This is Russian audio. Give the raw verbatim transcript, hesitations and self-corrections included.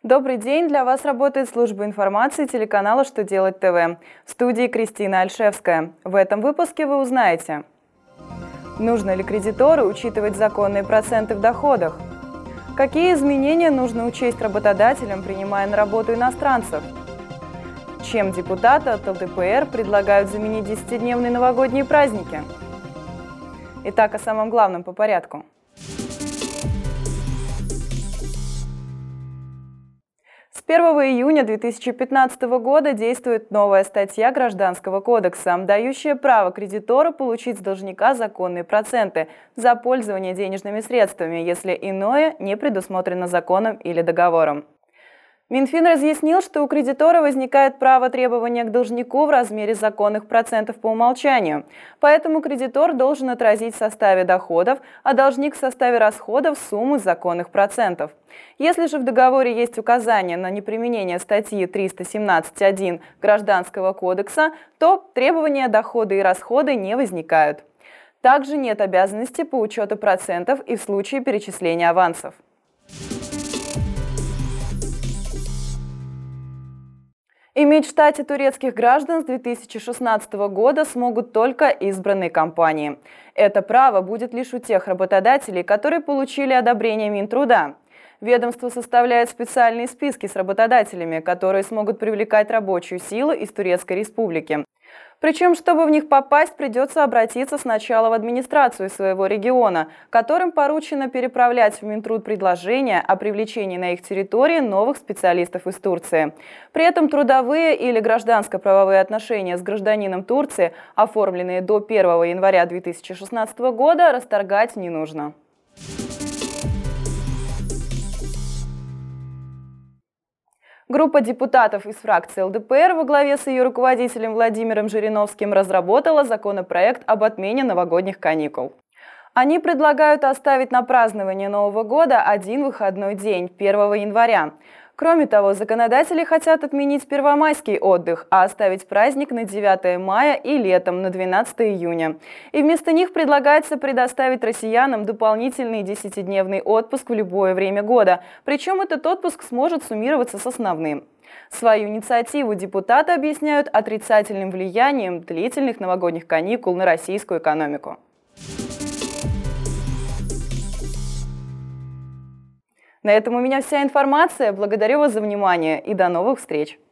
Добрый день! Для вас работает служба информации телеканала «Что делать ТВ». В студии Кристина Альшевская. В этом выпуске вы узнаете: нужно ли кредитору учитывать законные проценты в доходах? Какие изменения нужно учесть работодателям, принимая на работу иностранцев? Чем депутаты от ЛДПР предлагают заменить десятидневные новогодние праздники? Итак, о самом главном по порядку. С первого июня две тысячи пятнадцатого года действует новая статья Гражданского кодекса, дающая право кредитора получить с должника законные проценты за пользование денежными средствами, если иное не предусмотрено законом или договором. Минфин разъяснил, что у кредитора возникает право требования к должнику в размере законных процентов по умолчанию. Поэтому кредитор должен отразить в составе доходов, а должник в составе расходов сумму законных процентов. Если же в договоре есть указание на неприменение статьи триста семнадцать точка один Гражданского кодекса, то требования доходы и расходы не возникают. Также нет обязанности по учету процентов и в случае перечисления авансов. Иметь в штате турецких граждан с две тысячи шестнадцатого года смогут только избранные компании. Это право будет лишь у тех работодателей, которые получили одобрение Минтруда. Ведомство составляет специальные списки с работодателями, которые смогут привлекать рабочую силу из Турецкой Республики. Причем, чтобы в них попасть, придется обратиться сначала в администрацию своего региона, которым поручено переправлять в Минтруд предложения о привлечении на их территории новых специалистов из Турции. При этом трудовые или гражданско-правовые отношения с гражданином Турции, оформленные до первого января две тысячи шестнадцатого года, расторгать не нужно. Группа депутатов из фракции ЛДПР во главе с ее руководителем Владимиром Жириновским разработала законопроект об отмене новогодних каникул. Они предлагают оставить на празднование Нового года один выходной день – первого января. Кроме того, законодатели хотят отменить первомайский отдых, а оставить праздник на девятое мая и летом на двенадцатое июня. И вместо них предлагается предоставить россиянам дополнительный десятидневный отпуск в любое время года. Причем этот отпуск сможет суммироваться с основным. Свою инициативу депутаты объясняют отрицательным влиянием длительных новогодних каникул на российскую экономику. На этом у меня вся информация. Благодарю вас за внимание и до новых встреч!